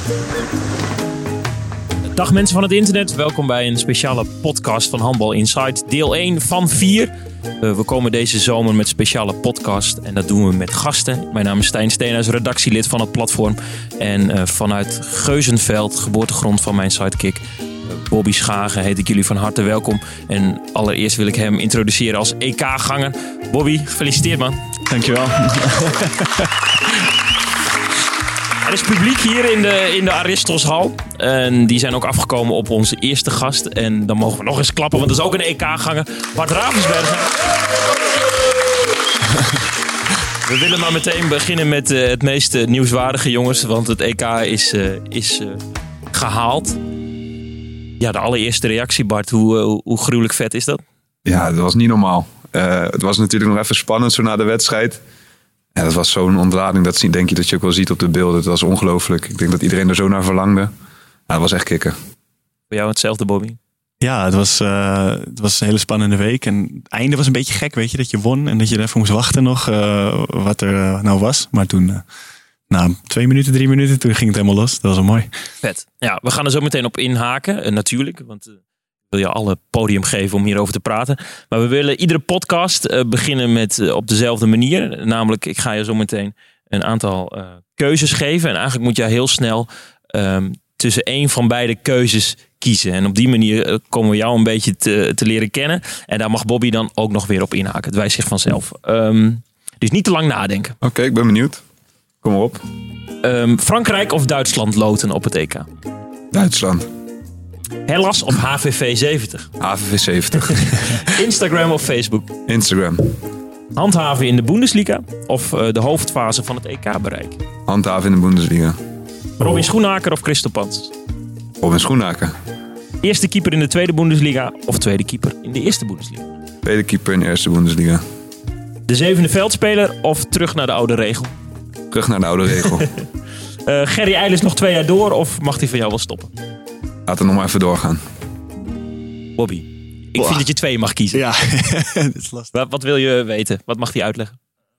Dag mensen van het internet, welkom bij een speciale podcast van Handbal Insight, deel 1 van 4. We komen deze zomer met speciale podcast en dat doen we met gasten. Mijn naam is Stijn Steenhuis, redactielid van het platform. En vanuit Geuzenveld, geboortegrond van mijn sidekick, Bobby Schagen, heet ik jullie van harte welkom. En allereerst wil ik hem introduceren als EK-ganger. Bobby, gefeliciteerd man. Dankjewel. Er is publiek hier in de Aristoshal. En die zijn ook afgekomen op onze eerste gast. En dan mogen we nog eens klappen, want dat is ook een EK-ganger. Bart Ravensbergen. We willen maar meteen beginnen met het meest nieuwswaardige, jongens. Want het EK is gehaald. Ja, de allereerste reactie, Bart. Hoe gruwelijk vet is dat? Ja, dat was niet normaal. Het was natuurlijk nog even spannend zo na de wedstrijd. Ja, dat was zo'n ontlading. Dat denk je dat je ook wel ziet op de beelden. Het was ongelooflijk. Ik denk dat iedereen er zo naar verlangde. Ja, dat was echt kicken. Voor jou hetzelfde, Bobby? Ja, het was een hele spannende week. En het einde was een beetje gek, weet je. Dat je won en dat je er even moest wachten nog wat er nou was. Maar toen, na 2 minuten, 3 minuten, toen ging het helemaal los. Dat was wel mooi. Vet. Ja, we gaan er zo meteen op inhaken. Natuurlijk, want wil je alle podium geven om hierover te praten. Maar we willen iedere podcast beginnen met op dezelfde manier. Namelijk, ik ga je zo meteen een aantal keuzes geven. En eigenlijk moet jij heel snel tussen één van beide keuzes kiezen. En op die manier komen we jou een beetje te leren kennen. En daar mag Bobby dan ook nog weer op inhaken. Het wijst zich vanzelf. Dus niet te lang nadenken. Oké, ik ben benieuwd. Kom maar op. Frankrijk of Duitsland loten op het EK? Duitsland. Hellas of HVV 70? HVV 70. Instagram of Facebook? Instagram. Handhaven in de Bundesliga of de hoofdfase van het EK bereiken? Handhaven in de Bundesliga. Robin Schoenhaker of Christo Pans? Robin Schoenhaker. Eerste keeper in de tweede Bundesliga of tweede keeper in de eerste Bundesliga? Tweede keeper in de eerste Bundesliga. De zevende veldspeler of terug naar de oude regel? Terug naar de oude regel. Gerry Eilers nog 2 jaar door of mag hij van jou wel stoppen? Laten we nog maar even doorgaan. Bobby, ik vind dat je 2 mag kiezen. Ja, dat is lastig. Wat wil je weten? Wat mag hij uitleggen?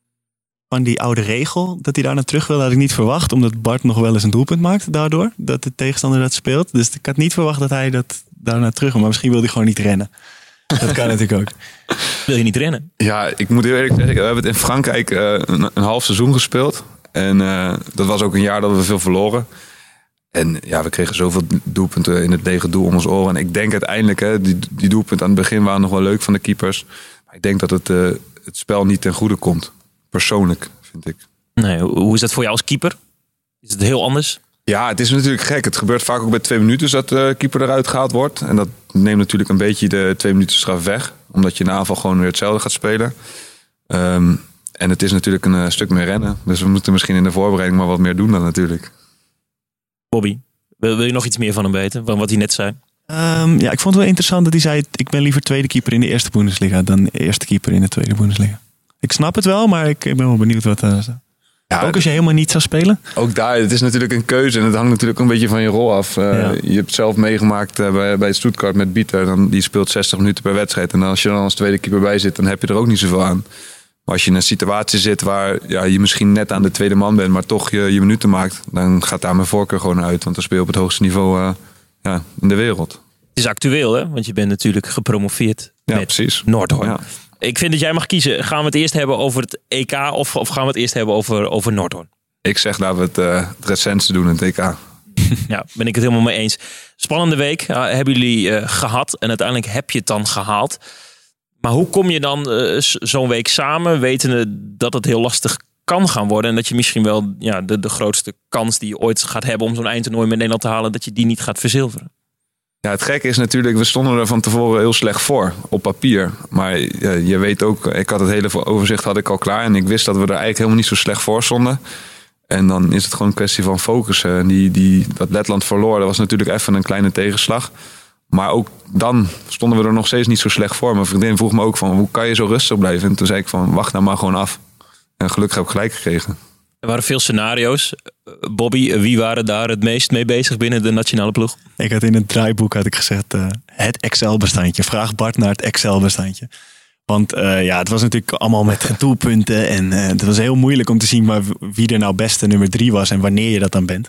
Van die oude regel, dat hij daar naar terug wil, had ik niet verwacht. Omdat Bart nog wel eens een doelpunt maakt daardoor. Dat de tegenstander dat speelt. Dus ik had niet verwacht dat hij dat daar naar terug wil. Maar misschien wil hij gewoon niet rennen. Dat kan natuurlijk ook. Wil je niet rennen? Ja, ik moet heel eerlijk zeggen. We hebben het in Frankrijk een half seizoen gespeeld. En dat was ook een jaar dat we veel verloren. En ja, we kregen zoveel doelpunten in het lege doel om ons oren. En ik denk uiteindelijk, die doelpunten aan het begin waren nog wel leuk van de keepers. Maar ik denk dat het spel niet ten goede komt. Persoonlijk, vind ik. Nee, hoe is dat voor jou als keeper? Is het heel anders? Ja, het is natuurlijk gek. Het gebeurt vaak ook bij 2 minuten dat de keeper eruit gehaald wordt. En dat neemt natuurlijk een beetje de 2 minuten straf weg. Omdat je in de aanval gewoon weer hetzelfde gaat spelen. En het is natuurlijk een stuk meer rennen. Dus we moeten misschien in de voorbereiding maar wat meer doen dan natuurlijk. Bobby, wil je nog iets meer van hem weten? Van wat hij net zei? Ja, ik vond het wel interessant dat hij zei, ik ben liever tweede keeper in de eerste Bundesliga dan eerste keeper in de tweede Bundesliga. Ik snap het wel, maar ik ben wel benieuwd wat ja, ook als je helemaal niet zou spelen. Ook daar, het is natuurlijk een keuze en het hangt natuurlijk een beetje van je rol af. Je hebt zelf meegemaakt bij Stuttgart met Bieter. Die speelt 60 minuten per wedstrijd. En als je dan als tweede keeper bij zit, dan heb je er ook niet zoveel aan. Maar als je in een situatie zit waar je misschien net aan de tweede man bent, maar toch je minuten maakt, dan gaat daar mijn voorkeur gewoon uit. Want dan speel je op het hoogste niveau in de wereld. Het is actueel, hè? Want je bent natuurlijk gepromoveerd met precies. Noordhoorn. Ja. Ik vind dat jij mag kiezen. Gaan we het eerst hebben over het EK of gaan we het eerst hebben over Noordhoorn? Ik zeg laten we het recentste doen in het EK. Ja, ben ik het helemaal mee eens. Spannende week hebben jullie gehad en uiteindelijk heb je het dan gehaald. Maar hoe kom je dan zo'n week samen, wetende dat het heel lastig kan gaan worden en dat je misschien wel de grootste kans die je ooit gaat hebben om zo'n eindtoernooi met Nederland te halen, dat je die niet gaat verzilveren? Ja, het gekke is natuurlijk, we stonden er van tevoren heel slecht voor op papier. Maar je weet ook, ik had het hele overzicht had ik al klaar en ik wist dat we er eigenlijk helemaal niet zo slecht voor stonden. En dan is het gewoon een kwestie van focussen. Dat Letland verloor, dat was natuurlijk even een kleine tegenslag. Maar ook dan stonden we er nog steeds niet zo slecht voor. Mijn vriendin vroeg me ook van, hoe kan je zo rustig blijven? En toen zei ik van, wacht nou maar gewoon af. En gelukkig heb ik gelijk gekregen. Er waren veel scenario's. Bobby, wie waren daar het meest mee bezig binnen de nationale ploeg? Ik had in het draaiboek gezegd het Excel-bestandje. Vraag Bart naar het Excel-bestandje. Want het was natuurlijk allemaal met doelpunten. En het was heel moeilijk om te zien wie er nou beste nummer 3 was en wanneer je dat dan bent.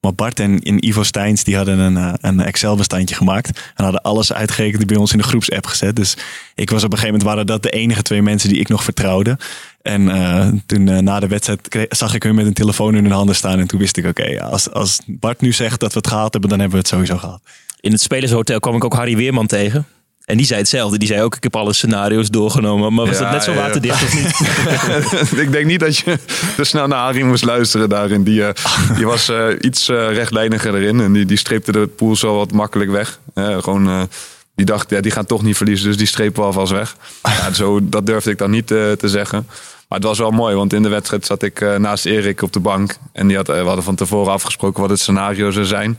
Maar Bart en Ivo Steins die hadden een Excel-bestandje gemaakt. En hadden alles uitgerekend bij ons in de groepsapp gezet. Dus ik was op een gegeven moment, waren dat de enige 2 mensen die ik nog vertrouwde. En toen na de wedstrijd zag ik hun met een telefoon in hun handen staan. En toen wist ik, oké, als Bart nu zegt dat we het gehaald hebben, dan hebben we het sowieso gehad. In het Spelershotel kwam ik ook Harry Weerman tegen. En die zei hetzelfde. Die zei ook, ik heb alle scenario's doorgenomen. Maar was dat net zo waterdicht of niet? Ik denk niet dat je te snel naar Harry moest luisteren daarin. Die was iets rechtlijniger erin. En die streepte de pool zo wat makkelijk weg. Die dacht, die gaan toch niet verliezen. Dus die streep wel alvast weg. Ja, dat durfde ik dan niet te zeggen. Maar het was wel mooi. Want in de wedstrijd zat ik naast Erik op de bank. En we hadden van tevoren afgesproken wat het scenario zou zijn.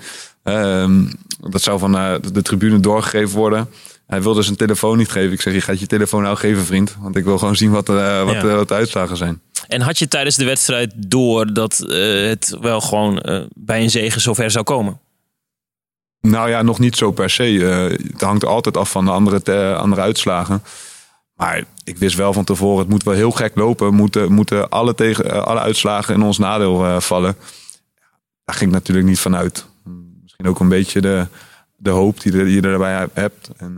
Dat zou van de tribune doorgegeven worden. Hij wilde zijn telefoon niet geven. Ik zeg, je gaat je telefoon nou geven, vriend. Want ik wil gewoon zien wat de uitslagen zijn. En had je tijdens de wedstrijd door dat het wel gewoon bij een zege zover zou komen? Nou ja, nog niet zo per se. Het hangt er altijd af van de andere uitslagen. Maar ik wist wel van tevoren, het moet wel heel gek lopen. Moeten alle uitslagen in ons nadeel vallen. Daar ging ik natuurlijk niet van uit. Misschien ook een beetje de hoop die je erbij hebt. En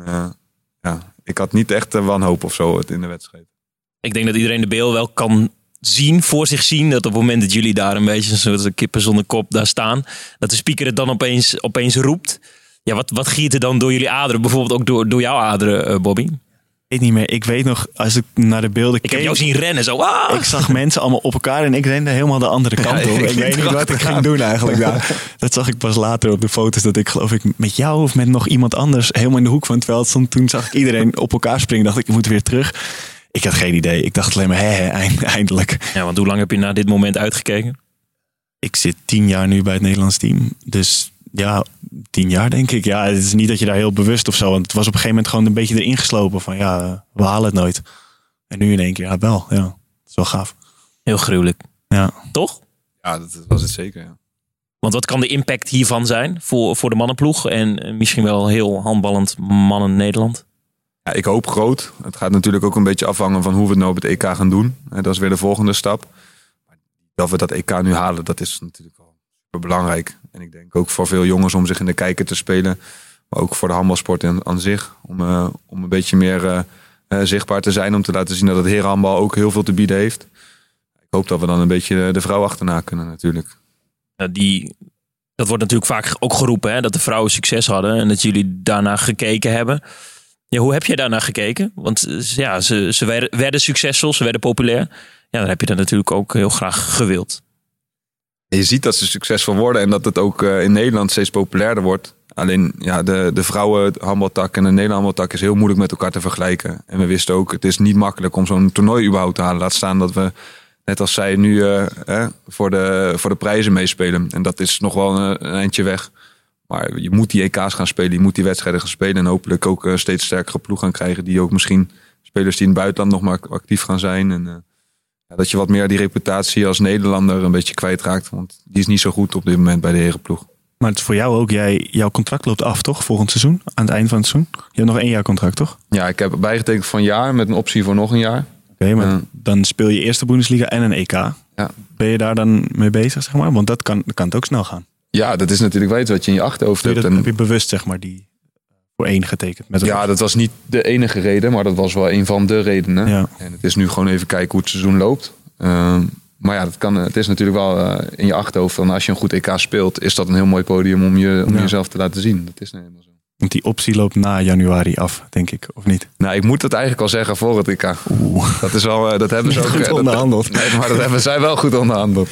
ik had niet echt wanhoop of zo in de wedstrijd. Ik denk dat iedereen de beeld wel kan voor zich zien. Dat op het moment dat jullie daar een beetje zoals kippen zonder kop daar staan. Dat de speaker het dan opeens roept. Ja, wat giert er dan door jullie aderen? Bijvoorbeeld ook door jouw aderen, Bobby? Ik weet niet meer. Ik weet nog, als ik naar de beelden keek... Ik heb jou zien rennen zo. Ik zag mensen allemaal op elkaar en ik rende helemaal de andere kant op. Ik weet niet wat ik ging doen eigenlijk daar. Dat zag ik pas later op de foto's. Dat ik geloof ik met jou of met nog iemand anders helemaal in de hoek van het veld stond. Toen zag ik iedereen op elkaar springen. Dacht ik moet weer terug. Ik had geen idee. Ik dacht alleen maar eindelijk. Ja, want hoe lang heb je naar dit moment uitgekeken? Ik zit 10 jaar nu bij het Nederlands team. Dus ja, 10 jaar denk ik. Ja, het is niet dat je daar heel bewust of zo. Want het was op een gegeven moment gewoon een beetje erin geslopen. Van we halen het nooit. En nu in één keer, wel. Ja, dat is wel gaaf. Heel gruwelijk. Ja. Toch? Ja, dat was het zeker, ja. Want wat kan de impact hiervan zijn voor de mannenploeg? En misschien wel heel handballend mannen Nederland? Ja, ik hoop groot. Het gaat natuurlijk ook een beetje afhangen van hoe we het nou op het EK gaan doen. Dat is weer de volgende stap. Dat we dat EK nu halen, dat is natuurlijk al super belangrijk. En ik denk ook voor veel jongens om zich in de kijker te spelen. Maar ook voor de handbalsport aan zich. Om een beetje meer zichtbaar te zijn. Om te laten zien dat het herenhandbal ook heel veel te bieden heeft. Ik hoop dat we dan een beetje de vrouw achterna kunnen natuurlijk. Ja, dat wordt natuurlijk vaak ook geroepen. Hè, dat de vrouwen succes hadden. En dat jullie daarna gekeken hebben. Ja, hoe heb je daarnaar gekeken? Want ja, ze werden succesvol, ze werden populair. Ja, dan heb je dat natuurlijk ook heel graag gewild. Je ziet dat ze succesvol worden en dat het ook in Nederland steeds populairder wordt. Alleen ja, de vrouwenhandbaltak en de Nederlandse handbaltak is heel moeilijk met elkaar te vergelijken. En we wisten ook, het is niet makkelijk om zo'n toernooi überhaupt te halen. Laat staan dat we, net als zij, nu voor de prijzen meespelen. En dat is nog wel een eindje weg. Maar je moet die EK's gaan spelen, je moet die wedstrijden gaan spelen. En hopelijk ook steeds sterkere ploeg gaan krijgen. Die ook misschien spelers die in het buitenland nog maar actief gaan zijn. En dat je wat meer die reputatie als Nederlander een beetje kwijtraakt. Want die is niet zo goed op dit moment bij de herenploeg. Maar het is voor jou ook, jouw contract loopt af toch? Volgend seizoen, aan het eind van het seizoen. Je hebt nog 1 jaar contract toch? Ja, ik heb bijgetekend voor een jaar met een optie voor nog een jaar. Oké, maar dan speel je eerst de Bundesliga en een EK. Ja. Ben je daar dan mee bezig, zeg maar? Want dat kan het ook snel gaan. Ja, dat is natuurlijk wel iets wat je in je achterhoofd hebt. Heb je bewust, zeg maar, die voor 1 getekend? Ja, dat was niet de enige reden, maar dat was wel een van de redenen. Ja. En het is nu gewoon even kijken hoe het seizoen loopt. Maar ja, het is natuurlijk wel in je achterhoofd. Van als je een goed EK speelt, is dat een heel mooi podium om jezelf te laten zien. Dat is nou helemaal zo. Want die optie loopt na januari af, denk ik, of niet? Nou, ik moet het eigenlijk al zeggen voor het EK. Dat is al, dat hebben ze ook goed onderhandeld. Nee, maar dat hebben zij wel goed onderhandeld.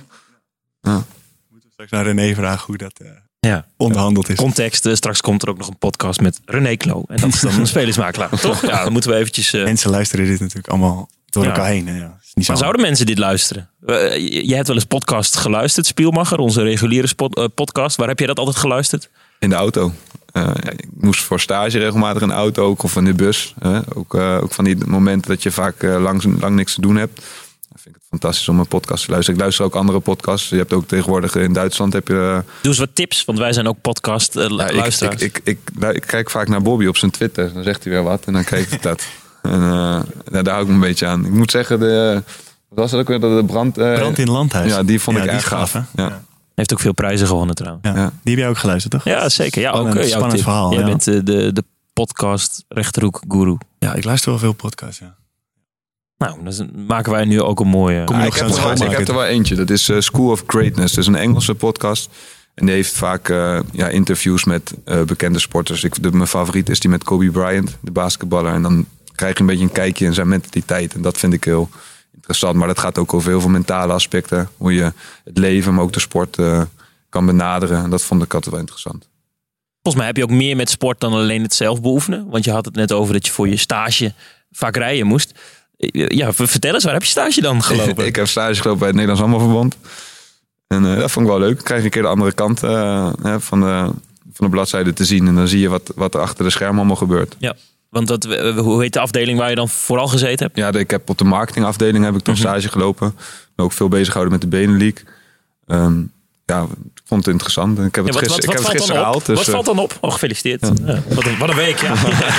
Ja. Moeten we straks naar René vragen hoe dat onderhandeld is. Context, straks komt er ook nog een podcast met René Klo. En dat is dan een spelersmakelaar, toch? Ja, dan moeten we eventjes... Mensen luisteren dit natuurlijk allemaal door elkaar heen. Ja, is niet maar zouden mensen dit luisteren? Je hebt wel eens podcast geluisterd, Spielmacher, onze reguliere podcast. Waar heb je dat altijd geluisterd? In de auto. Ik moest voor stage regelmatig in de auto ook, of in de bus. Ook van die momenten dat je vaak lang niks te doen hebt. Dan vind ik het fantastisch om een podcast te luisteren. Ik luister ook andere podcasts. Je hebt ook tegenwoordig in Duitsland... Doe eens wat tips, want wij zijn ook podcast luisteraars. Ik kijk vaak naar Bobby op zijn Twitter. Dan zegt hij weer wat en dan kijk ik dat. En daar hou ik me een beetje aan. Ik moet zeggen, wat was dat ook weer? De brand in Landhuis. Ja, die vond ik echt gaaf. Ja. Heeft ook veel prijzen gewonnen trouwens. Ja. Die heb jij ook geluisterd, toch? Ja, zeker. Ja, ook jouw spannend tip. verhaal. Jij Ja. bent de podcast rechterhoek-guru. Ja, ik luister wel veel podcasts, ja. Nou, dan maken wij nu ook een mooie... Kom je nog ik heb zo'n er wel- schoonmaker? ik heb er wel eentje. Dat is School of Greatness. Dat is een Engelse podcast. En die heeft vaak interviews met bekende sporters. Mijn favoriet is die met Kobe Bryant, de basketballer. En dan krijg je een beetje een kijkje in zijn mentaliteit. En dat vind ik heel interessant. Maar dat gaat ook over heel veel mentale aspecten. Hoe je het leven, maar ook de sport kan benaderen. En dat vond ik altijd wel interessant. Volgens mij heb je ook meer met sport dan alleen het zelf beoefenen. Want je had het net over dat je voor je stage vaak rijden moest. Ja, vertel eens, waar heb je stage dan gelopen? Ik heb stage gelopen bij het Nederlands Handbalverbond. En dat vond ik wel leuk. Ik krijg een keer de andere kant van de bladzijde te zien. En dan zie je wat er achter de schermen allemaal gebeurt. Ja, want hoe heet de afdeling waar je dan vooral gezeten hebt? Ja, ik heb op de marketingafdeling heb ik toch stage gelopen. Ook veel bezig gehouden met de Benelux. Ja, ik vond het interessant. Ik heb het gisteren gehaald. Dus, wat valt dan op? Oh, gefeliciteerd. Ja. Wat een week, ja.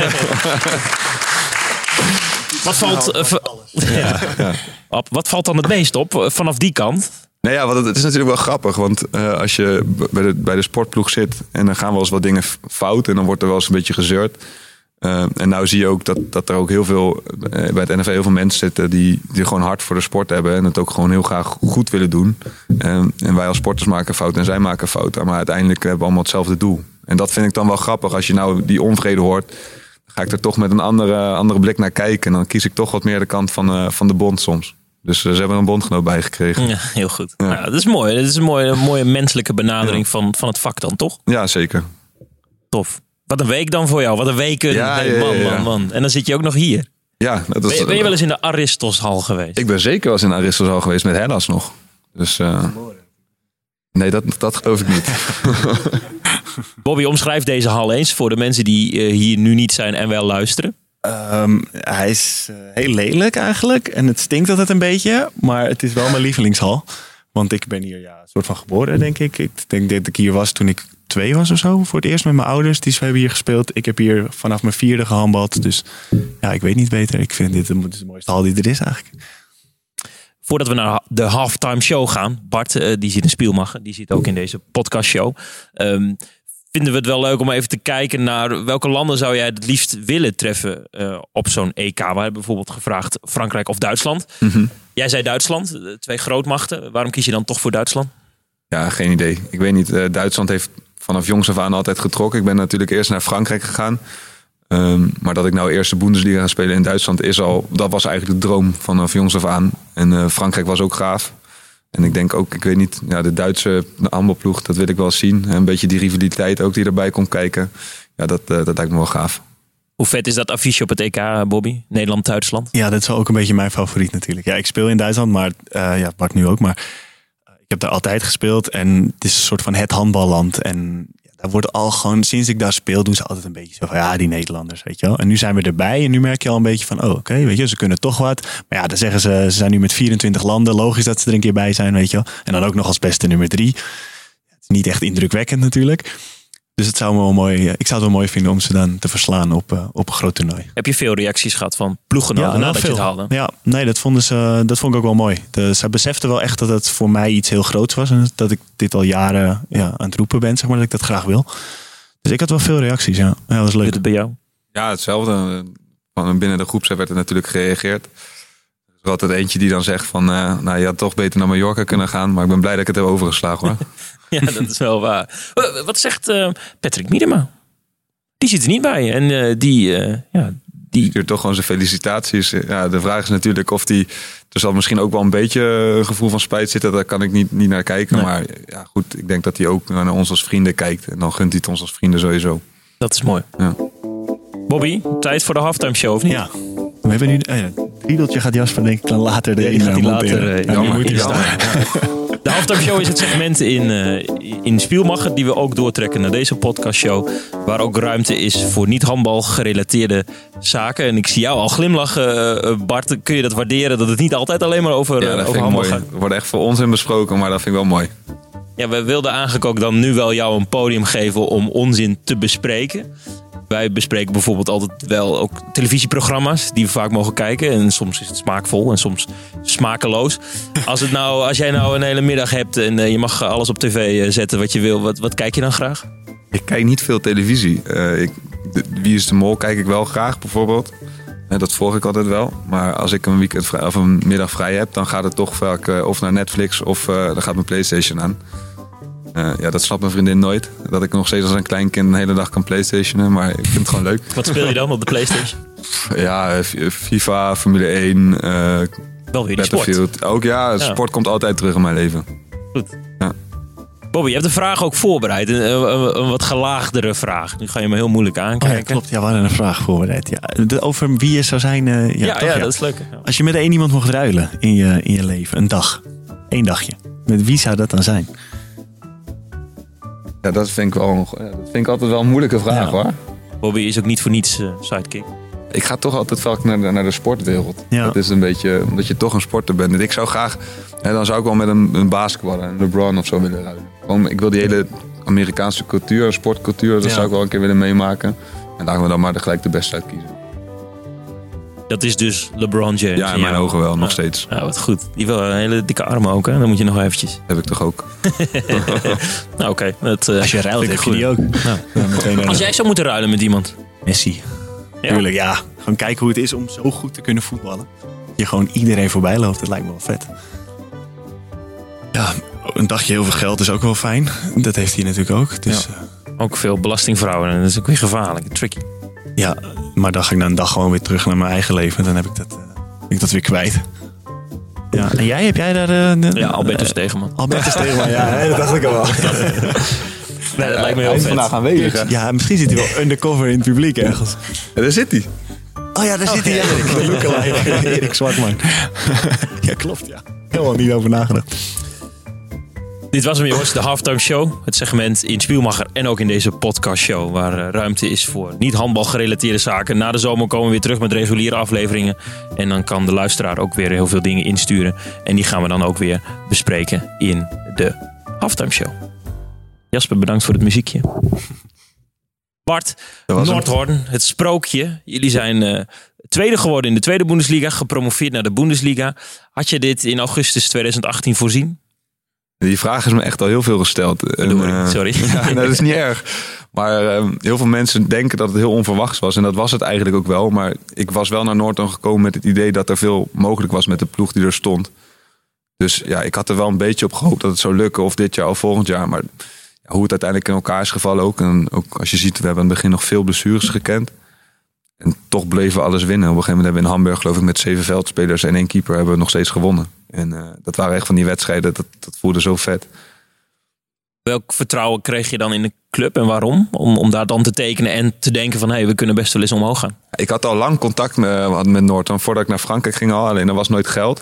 Wat valt dan het meest op vanaf die kant? Nou ja, want het is natuurlijk wel grappig. Want als je bij de sportploeg zit en dan gaan wel eens wat dingen fout. En dan wordt er wel eens een beetje gezeurd. En nou zie je ook dat er ook heel veel bij het NFV heel veel mensen zitten die gewoon hard voor de sport hebben. En het ook gewoon heel graag goed willen doen. En wij als sporters maken fouten en zij maken fouten. Maar uiteindelijk hebben we allemaal hetzelfde doel. En dat vind ik dan wel grappig. Als je nou die onvrede hoort, ga ik er toch met een andere blik naar kijken. En dan kies ik toch wat meer de kant van de bond soms. Dus ze hebben een bondgenoot bijgekregen. Ja, heel goed. Ja. Nou, dat is mooi. Dat is een mooie menselijke benadering van het vak dan, toch? Ja, zeker. Tof. Wat een week dan voor jou. Wat een weken. Ja, Man. En dan zit je ook nog hier. Ja, Ben je wel eens in de Aristoshal geweest? Ik ben zeker wel eens in Aristoshal geweest met Hellas nog. Dus nee, dat geloof ik niet. Bobby, omschrijf deze hal eens voor de mensen die hier nu niet zijn en wel luisteren. Hij is heel lelijk eigenlijk. En het stinkt altijd een beetje. Maar het is wel mijn lievelingshal. Want ik ben hier een soort van geboren, denk ik. Ik denk dat ik hier was toen ik 2 was of zo. Voor het eerst met mijn ouders. Die hebben hier gespeeld. Ik heb hier vanaf mijn 4e gehandbald. Dus ja, ik weet niet beter. Ik vind dit de mooiste hal die er is eigenlijk. Voordat we naar de halftime show gaan. Bart, die zit in Spielmacher. Die zit ook in deze podcastshow. Vinden we het wel leuk om even te kijken naar welke landen zou jij het liefst willen treffen op zo'n EK. We hebben bijvoorbeeld gevraagd Frankrijk of Duitsland. Mm-hmm. Jij zei Duitsland, 2 grootmachten. Waarom kies je dan toch voor Duitsland? Ja, geen idee. Ik weet niet. Duitsland heeft vanaf jongs af aan altijd getrokken. Ik ben natuurlijk eerst naar Frankrijk gegaan. Maar dat ik nou eerst de Bundesliga ga spelen in Duitsland dat was eigenlijk de droom vanaf jongs af aan. En Frankrijk was ook gaaf. En ik denk ook, ik weet niet, de Duitse handbalploeg, dat wil ik wel eens zien. Een beetje die rivaliteit ook die erbij komt kijken. Ja, dat lijkt me wel gaaf. Hoe vet is dat affiche op het EK, Bobby? Nederland-Duitsland? Ja, dat is wel ook een beetje mijn favoriet natuurlijk. Ja, ik speel in Duitsland, maar Bart nu ook. Maar ik heb daar altijd gespeeld en het is een soort van het handballand. En daar wordt al gewoon, sinds ik daar speel, doen ze altijd een beetje zo van, die Nederlanders, weet je wel. En nu zijn we erbij en nu merk je al een beetje van, oké, weet je, ze kunnen toch wat. Maar ja, dan zeggen ze zijn nu met 24 landen. Logisch dat ze er een keer bij zijn, weet je wel. En dan ook nog als beste nummer 3. Het is niet echt indrukwekkend natuurlijk. Dus ik zou het wel mooi vinden om ze dan te verslaan op een groot toernooi. Heb je veel reacties gehad van ploeggenoten nadat je het haalde? Ja, nee, dat vond ik ook wel mooi. Ze beseften wel echt dat het voor mij iets heel groots was. En dat ik dit al jaren aan het roepen ben, zeg maar, dat ik dat graag wil. Dus ik had wel veel reacties, ja. Dat was leuk. Doet het bij jou? Ja, hetzelfde. Binnen de groep werd er natuurlijk gereageerd. Er is er altijd eentje die dan zegt van, je had toch beter naar Mallorca kunnen gaan. Maar ik ben blij dat ik het heb overgeslagen, hoor. Ja, dat is wel waar. Wat zegt Patrick Miedema? Die zit er niet bij. En die stuurt toch gewoon zijn felicitaties. Ja, de vraag is natuurlijk of er zal misschien ook wel een beetje gevoel van spijt zitten. Daar kan ik niet naar kijken. Nee. Maar ja, goed, ik denk dat hij ook naar ons als vrienden kijkt. En dan gunt hij het ons als vrienden sowieso. Dat is mooi. Ja. Bobby, tijd voor de halftime show, of niet? Ja. We hebben nu het riedeltje gaat Jasper denk ik dan later erin. De halftime show is het segment in Spielmacher die we ook doortrekken naar deze podcastshow. Waar ook ruimte is voor niet-handbal gerelateerde zaken. En ik zie jou al glimlachen, Bart. Kun je dat waarderen dat het niet altijd alleen maar over handbal gaat? Het wordt echt voor onzin besproken, maar dat vind ik wel mooi. Ja, we wilden eigenlijk ook dan nu wel jou een podium geven om onzin te bespreken. Wij bespreken bijvoorbeeld altijd wel ook televisieprogramma's die we vaak mogen kijken. En soms is het smaakvol en soms smakeloos. Als jij nou een hele middag hebt en je mag alles op tv zetten wat je wil, wat kijk je dan graag? Ik kijk niet veel televisie. Wie is de Mol kijk ik wel graag bijvoorbeeld. Dat volg ik altijd wel. Maar als ik een weekend vrij, of een middag vrij heb, dan gaat het toch vaak of naar Netflix of dan gaat mijn PlayStation aan. Dat snapt mijn vriendin nooit. Dat ik nog steeds als een klein kind een hele dag kan PlayStationen. Maar ik vind het gewoon leuk. Wat speel je dan op de PlayStation? Ja, FIFA, Formule 1. Wel weer die sport. Ook sport komt altijd terug in mijn leven. Goed. Ja. Bobby, je hebt de vraag ook voorbereid. Een wat gelaagdere vraag. Nu ga je me heel moeilijk aankijken. Ja, klopt. Ja, we hadden een vraag voorbereid. Ja. Over wie je zou zijn. Dat is leuk. Ja. Als je met één iemand mocht ruilen in je leven, een dag. 1 dagje. Met wie zou dat dan zijn? Ja, dat vind ik altijd wel een moeilijke vraag hoor. Bobby is ook niet voor niets sidekick. Ik ga toch altijd vaak naar de sportwereld. Ja. Dat is een beetje, omdat je toch een sporter bent. En ik zou graag, dan zou ik wel met een basketballer, een LeBron of zo willen ruilen. Gewoon, ik wil die hele Amerikaanse cultuur, sportcultuur, dat zou ik wel een keer willen meemaken. En laten we dan maar gelijk de beste uitkiezen. Dat is dus LeBron James. Ja, in mijn ogen wel, nog steeds. Ja, wat goed. Die wil een hele dikke armen ook, hè? Dan moet je nog eventjes. Heb ik toch ook. Nou, oké. Als je ruilt, heb je die ook. Nou, als jij zou moeten ruilen met iemand? Messi. Ja. Tuurlijk, ja. Gewoon kijken hoe het is om zo goed te kunnen voetballen. Je gewoon iedereen voorbij loopt, dat lijkt me wel vet. Ja, een dagje heel veel geld is ook wel fijn. Dat heeft hij natuurlijk ook. Dus, ook veel belastingvrouwen. Dat is ook weer gevaarlijk, tricky. Ja, maar dan ga ik na een dag gewoon weer terug naar mijn eigen leven. Dan heb ik dat weer kwijt. Ja, en jij, heb jij daar... Albertus Stegeman. Albertus Stegeman, ja, dat dacht ik al wel. Nee, dat lijkt me heel vet. Vandaag aanwezig. Ja, misschien zit hij wel undercover in het publiek ergens. Ja, daar zit hij. Oh ja, daar zit hij. De lookalike. Erik Zwartman. Ja, klopt, ja. Helemaal niet over nagedacht. Dit was hem, jongens, de Halftime Show. Het segment in Spielmacher en ook in deze podcastshow, waar ruimte is voor niet handbal gerelateerde zaken. Na de zomer komen we weer terug met reguliere afleveringen. En dan kan de luisteraar ook weer heel veel dingen insturen. En die gaan we dan ook weer bespreken in de Halftime Show. Jasper, bedankt voor het muziekje. Bart, Noordhorn, het sprookje. Jullie zijn tweede geworden in de tweede Bundesliga, gepromoveerd naar de Bundesliga. Had je dit in augustus 2018 voorzien? Die vraag is me echt al heel veel gesteld. Sorry. Ja, dat is niet erg. Maar heel veel mensen denken dat het heel onverwachts was. En dat was het eigenlijk ook wel. Maar ik was wel naar Noordhorn gekomen met het idee dat er veel mogelijk was met de ploeg die er stond. Dus ja, ik had er wel een beetje op gehoopt dat het zou lukken. Of dit jaar of volgend jaar. Maar hoe het uiteindelijk in elkaar is gevallen ook. En ook als je ziet, we hebben aan het begin nog veel blessures gekend. En toch bleven we alles winnen. Op een gegeven moment hebben we in Hamburg, geloof ik, met 7 veldspelers en 1 keeper hebben we nog steeds gewonnen. En dat waren echt van die wedstrijden, dat voelde zo vet. Welk vertrouwen kreeg je dan in de club en waarom? Om daar dan te tekenen en te denken van, we kunnen best wel eens omhoog gaan. Ik had al lang contact met Noordhorn voordat ik naar Frankrijk ging al. Alleen er was nooit geld.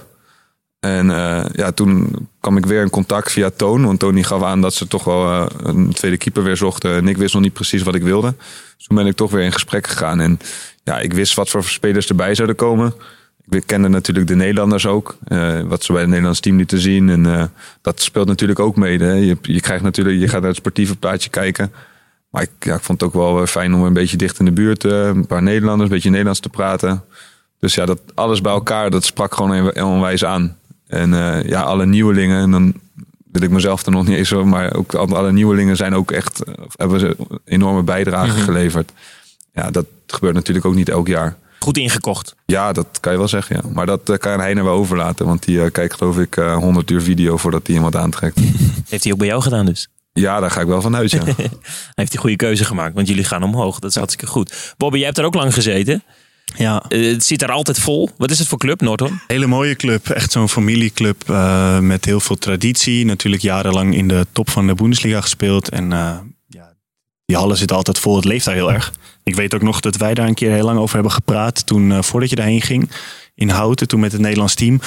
En toen kwam ik weer in contact via Toon. Want Tony gaf aan dat ze toch wel een tweede keeper weer zochten. En ik wist nog niet precies wat ik wilde. Dus toen ben ik toch weer in gesprek gegaan. En ja, ik wist wat voor spelers erbij zouden komen. Ik kende natuurlijk de Nederlanders ook. Wat ze bij het Nederlands team lieten zien. En dat speelt natuurlijk ook mee. Hè. Je gaat naar het sportieve plaatje kijken. Maar ik vond het ook wel fijn om een beetje dicht in de buurt. Een paar Nederlanders, een beetje Nederlands te praten. Dus ja, dat alles bij elkaar, dat sprak gewoon onwijs aan. En alle nieuwelingen, en dan wil ik mezelf er nog niet eens zo, maar ook alle nieuwelingen zijn ook echt, hebben ze een enorme bijdrage geleverd. Ja, dat gebeurt natuurlijk ook niet elk jaar. Goed ingekocht. Ja, dat kan je wel zeggen, ja. Maar dat kan hij nou wel overlaten, want die kijkt geloof ik 100 uur video voordat hij iemand aantrekt. Heeft hij ook bij jou gedaan dus? Ja, daar ga ik wel van uit, ja. Hij heeft die goede keuze gemaakt, want jullie gaan omhoog. Dat is hartstikke goed. Bobby, jij hebt er ook lang gezeten. Ja. Het zit daar altijd vol. Wat is het voor club, Noordhorn? Hele mooie club. Echt zo'n familieclub met heel veel traditie. Natuurlijk jarenlang in de top van de Bundesliga gespeeld. En die hallen zitten altijd vol. Het leeft daar heel erg. Ik weet ook nog dat wij daar een keer heel lang over hebben gepraat. Toen, voordat je daarheen ging. In Houten, toen met het Nederlands team.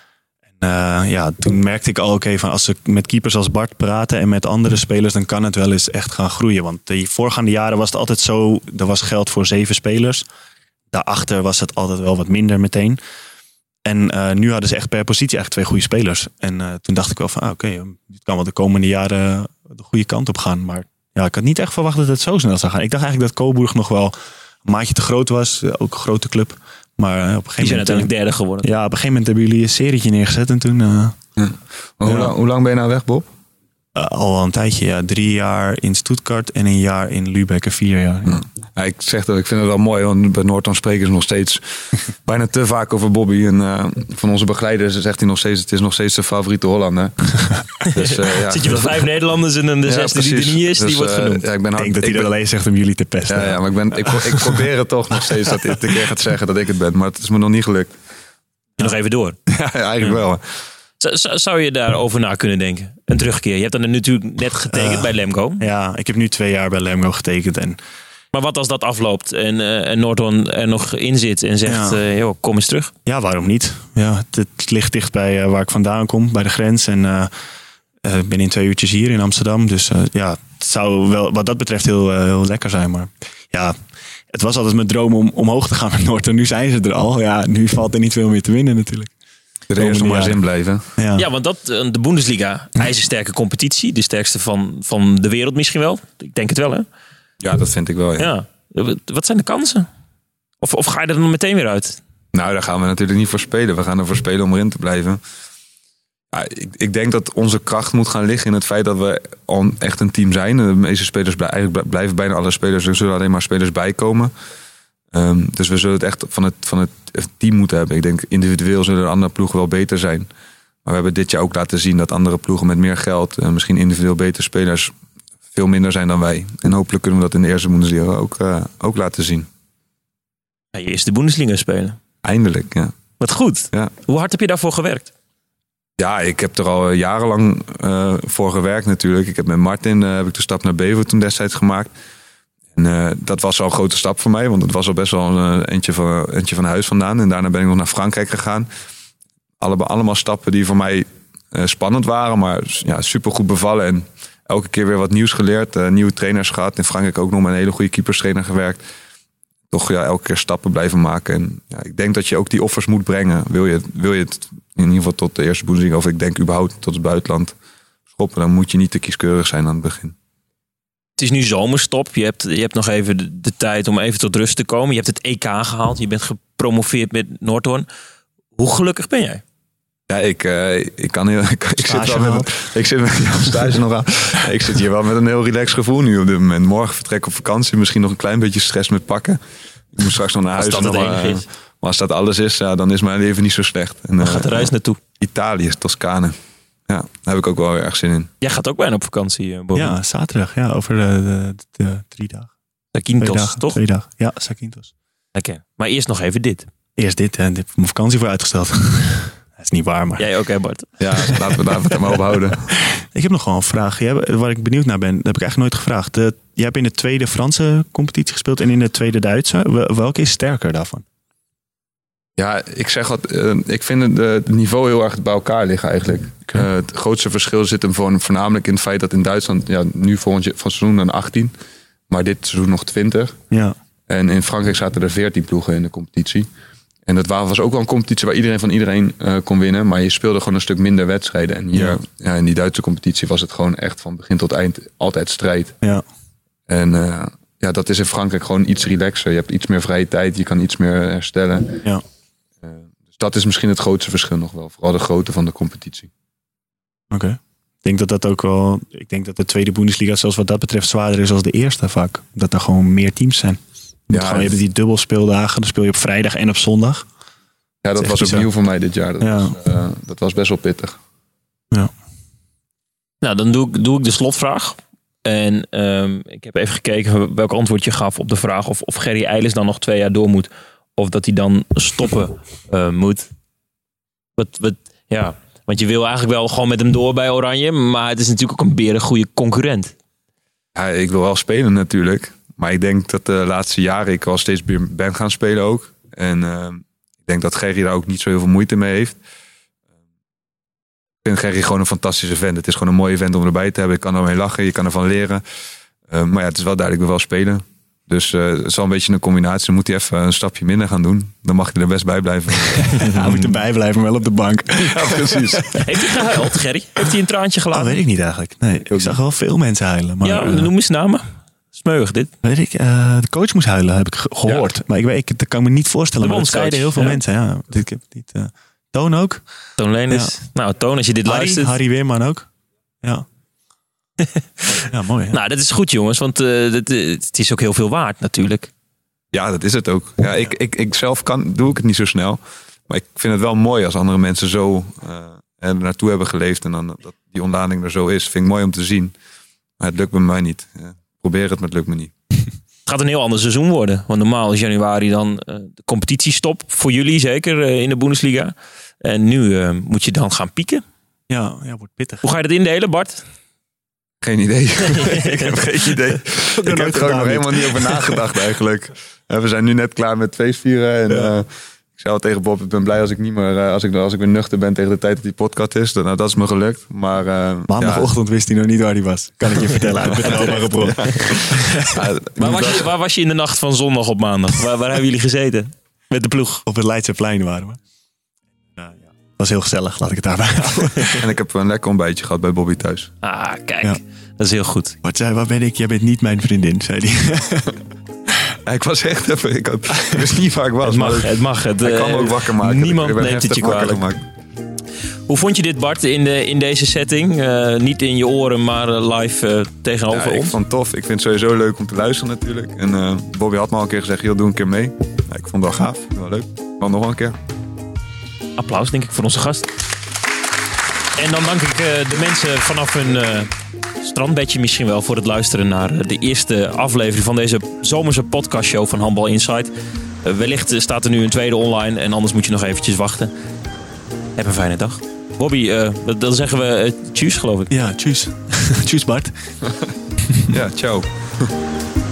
En toen merkte ik al, van als ze met keepers als Bart praten en met andere spelers, dan kan het wel eens echt gaan groeien. Want de voorgaande jaren was het altijd zo, er was geld voor 7 spelers. Daarachter was het altijd wel wat minder meteen. En nu hadden ze echt per positie eigenlijk 2 goede spelers. En toen dacht ik wel van, dit kan wel de komende jaren de goede kant op gaan. Maar Ja, ik had niet echt verwacht dat het zo snel zou gaan. Ik dacht eigenlijk dat Coburg nog wel een maatje te groot was. Ook een grote club. Maar op een gegeven moment... Die zijn uiteindelijk derde geworden. Ja, op een gegeven moment hebben jullie een serietje neergezet. En toen... Hoe lang ben je nou weg, Bob? Al een tijdje, ja. 3 jaar in Stuttgart en 1 jaar in Lübeck en 4 jaar. Ja. Ja, ik vind het wel mooi, want bij Noordhoorn spreken ze nog steeds bijna te vaak over Bobby. En van onze begeleiders zegt hij nog steeds, het is nog steeds de favoriete Hollander. Dus, Zit je met 5 Nederlanders en de 6e die er niet is, dus, die wordt genoemd. Ja, ik denk dat hij dat alleen zegt om jullie te pesten. Ja, maar ik probeer het toch nog steeds dat hij een keer gaat zeggen dat ik het ben. Maar het is me nog niet gelukt. Nog even door. Ja, eigenlijk wel. Zou je daarover na kunnen denken? Een terugkeer. Je hebt dan natuurlijk net getekend bij Lemgo. Ja, ik heb nu 2 jaar bij Lemgo getekend. Maar wat als dat afloopt en Noordhoorn er nog in zit en zegt, joh, kom eens terug? Ja, waarom niet? Ja, het ligt dicht bij waar ik vandaan kom, bij de grens. En ik ben in 2 uurtjes hier in Amsterdam. Dus het zou wel wat dat betreft heel lekker zijn. Maar ja, het was altijd mijn droom om omhoog te gaan met Noordhoorn. Nu zijn ze er al. Ja, nu valt er niet veel meer te winnen natuurlijk. De reden is nog maar eens in blijven. Ja, want de Bundesliga, ijzersterke competitie. De sterkste van de wereld misschien wel. Ik denk het wel, hè? Ja, dat vind ik wel, ja. Wat zijn de kansen? Of ga je er dan meteen weer uit? Nou, daar gaan we natuurlijk niet voor spelen. We gaan ervoor spelen om erin te blijven. Ja, ik denk dat onze kracht moet gaan liggen in het feit dat we echt een team zijn. De meeste spelers blijven bijna alle spelers. Er zullen alleen maar spelers bijkomen. Dus we zullen het echt van het team moeten hebben. Ik denk individueel zullen de andere ploegen wel beter zijn. Maar we hebben dit jaar ook laten zien dat andere ploegen met meer geld, misschien individueel betere spelers, veel minder zijn dan wij. En hopelijk kunnen we dat in de eerste Bundesliga ook laten zien. Ja, je eerste Bundesliga spelen. Eindelijk, ja. Wat goed. Ja. Hoe hard heb je daarvoor gewerkt? Ja, ik heb er al jarenlang voor gewerkt natuurlijk. Ik heb met Martin heb ik de stap naar Bevo toen destijds gemaakt. En dat was al een grote stap voor mij, want het was al best wel een eentje van huis vandaan. En daarna ben ik nog naar Frankrijk gegaan. Allemaal stappen die voor mij spannend waren, maar ja, supergoed bevallen. En elke keer weer wat nieuws geleerd, nieuwe trainers gehad. In Frankrijk ook nog met een hele goede keeperstrainer gewerkt. Toch elke keer stappen blijven maken. En ik denk dat je ook die offers moet brengen. Wil je het in ieder geval tot de eerste Bundesliga, of ik denk überhaupt tot het buitenland schoppen, dan moet je niet te kieskeurig zijn aan het begin. Het is nu zomerstop. Je hebt nog even de tijd om even tot rust te komen. Je hebt het EK gehaald. Je bent gepromoveerd met Noordhoorn. Hoe gelukkig ben jij? Ja, ik kan heel. Ik zit wel met stage nog aan. Ik zit hier wel met een heel relaxed gevoel nu op dit moment. Morgen vertrek op vakantie. Misschien nog een klein beetje stress met pakken. Ik moet straks nog naar huis. Maar als dat alles is, dan is mijn leven niet zo slecht. En, waar gaat de reis naartoe? Italië, Toscane. Ja, daar heb ik ook wel erg zin in. Jij gaat ook bijna op vakantie, Bobby. Ja, zaterdag. Ja, over de 3 dagen. Zakynthos, toch? 2 dagen. Ja, Zakynthos. Lekker. Maar eerst nog even dit. Eerst dit. En ik heb mijn vakantie voor uitgesteld. Dat is niet waar, maar... Jij ook, hè, Bart? Ja, laten we het maar ophouden. Ik heb nog wel een vraag. Waar ik benieuwd naar ben, dat heb ik eigenlijk nooit gevraagd. Jij hebt in de tweede Franse competitie gespeeld en in de tweede Duitse. Welke is sterker daarvan? Ja, ik vind het niveau heel erg bij elkaar liggen eigenlijk. Okay. Het grootste verschil zit hem voornamelijk in het feit dat in Duitsland, nu van seizoen dan 18, maar dit seizoen nog 20. Ja. En in Frankrijk zaten er 14 ploegen in de competitie. En dat was ook wel een competitie waar iedereen van iedereen kon winnen, maar je speelde gewoon een stuk minder wedstrijden. En hier, in die Duitse competitie was het gewoon echt van begin tot eind altijd strijd. Ja. En dat is in Frankrijk gewoon iets relaxer. Je hebt iets meer vrije tijd, je kan iets meer herstellen. Ja. Dus dat is misschien het grootste verschil nog wel. Vooral de grootte van de competitie. Oké. Ik denk dat de tweede Bundesliga zelfs wat dat betreft zwaarder is als de eerste vaak. Dat er gewoon meer teams zijn. Je hebt die dubbelspeeldagen. Dan speel je op vrijdag en op zondag. Ja, dat was ook nieuw voor mij dit jaar. Dat was best wel pittig. Ja. Nou, dan doe ik de slotvraag. En ik heb even gekeken welk antwoord je gaf op de vraag of Gerry Eilis dan nog 2 jaar door moet. Of dat hij dan stoppen moet. Want je wil eigenlijk wel gewoon met hem door bij Oranje. Maar het is natuurlijk ook een berengoeie concurrent. Ja, ik wil wel spelen natuurlijk. Maar ik denk dat de laatste jaren ik wel steeds meer ben gaan spelen ook. En ik denk dat Gerry daar ook niet zo heel veel moeite mee heeft. Ik vind Gerry gewoon een fantastische vent. Het is gewoon een mooie vent om erbij te hebben. Je kan ermee lachen, je kan ervan leren. Maar ja, het is wel duidelijk, ik wil wel spelen. Dus het zal een beetje een combinatie. Dan moet hij even een stapje minder gaan doen. Dan mag hij er best bij blijven. Hij moet erbij blijven, maar wel op de bank. Ja, precies. Heeft hij gehuild, Gerry? Heeft hij een traantje gelaten? Weet ik niet eigenlijk. Nee, ik zag wel veel mensen huilen. Maar, Ja, noem eens namen. Smeuig dit. Weet ik, de coach moest huilen, heb ik gehoord. Ja. Maar dat kan ik me niet voorstellen. De Maar dat zeiden heel veel mensen. Ja. Ik heb niet, Toon ook. Toon Leenis. Ja. Nou, Toon, als je dit luistert. Harry Weerman ook. Ja. Ja, mooi. Hè? Nou, dat is goed, jongens. Want het is ook heel veel waard natuurlijk. Ja, dat is het ook. Ja, ik zelf doe ik het niet zo snel. Maar ik vind het wel mooi als andere mensen zo er naartoe hebben geleefd. En dan dat die ontlading er zo is. Vind ik mooi om te zien. Maar het lukt bij mij niet. Ja, probeer het, maar het lukt me niet. Het gaat een heel ander seizoen worden. Want normaal is januari dan de competitiestop. Voor jullie zeker in de Bundesliga. En nu moet je dan gaan pieken. Ja, wordt pittig. Hoe ga je dat indelen, Bart? Geen idee. Ik heb geen idee. Ik heb er ook nog helemaal niet over nagedacht eigenlijk. We zijn nu net klaar met feestvieren. En ik zei al tegen Bob, ik ben blij als ik niet meer, als ik weer nuchter ben tegen de tijd dat die podcast is. Nou, dat is me gelukt. Maar maandagochtend wist hij nog niet waar hij was. Kan ik je vertellen uit betrouwbare bron. Waar was je in de nacht van zondag op maandag? Waar hebben jullie gezeten? Met de ploeg? Op het Leidseplein waren we. Dat was heel gezellig, laat ik het daarbij houden. En ik heb een lekker ontbijtje gehad bij Bobby thuis. Ah, kijk. Ja. Dat is heel goed. Wat zei, waar ben ik? Jij bent niet mijn vriendin, zei hij. Ja, ik was echt even... Ik wist niet waar ik was. Het mag. Hij kan me ook wakker maken. Niemand neemt het je kwalijk. Hoe vond je dit, Bart, in deze setting? Niet in je oren, maar live tegenover ons? Ik vond het tof. Ik vind het sowieso leuk om te luisteren natuurlijk. En Bobby had me al een keer gezegd, joh, doe een keer mee. Ja, ik vond het wel gaaf. Wel leuk. Maar nog wel een keer. Applaus, denk ik, voor onze gast. En dan dank ik de mensen vanaf hun strandbedje misschien wel voor het luisteren naar de eerste aflevering van deze zomerse podcastshow van Handbal Insight. Wellicht staat er nu een tweede online en anders moet je nog eventjes wachten. Heb een fijne dag. Bobby, dan zeggen we tjus, geloof ik. Ja, tjus. Tjus, Bart. Ja, ciao.